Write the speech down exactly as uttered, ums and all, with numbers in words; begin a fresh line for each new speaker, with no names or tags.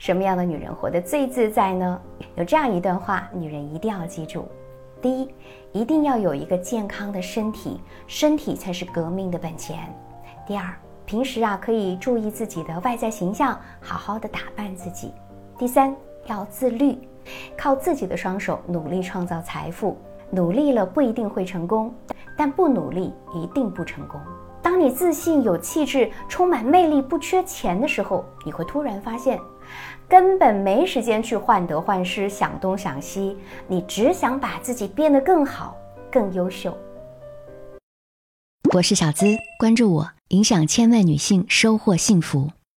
什么样的女人活得最自在呢？有这样一段话，女人一定要记住：第一，一定要有一个健康的身体，身体才是革命的本钱。第二，平时啊可以注意自己的外在形象，好好的打扮自己。第三，要自律，靠自己的双手努力创造财富，努力了不一定会成功，但不努力一定不成功。当你自信、有气质、充满魅力、不缺钱的时候，你会突然发现根本没时间去患得患失，想东想西，你只想把自己变得更好、更优秀。
我是小资，关注我，影响千万女性，收获幸福。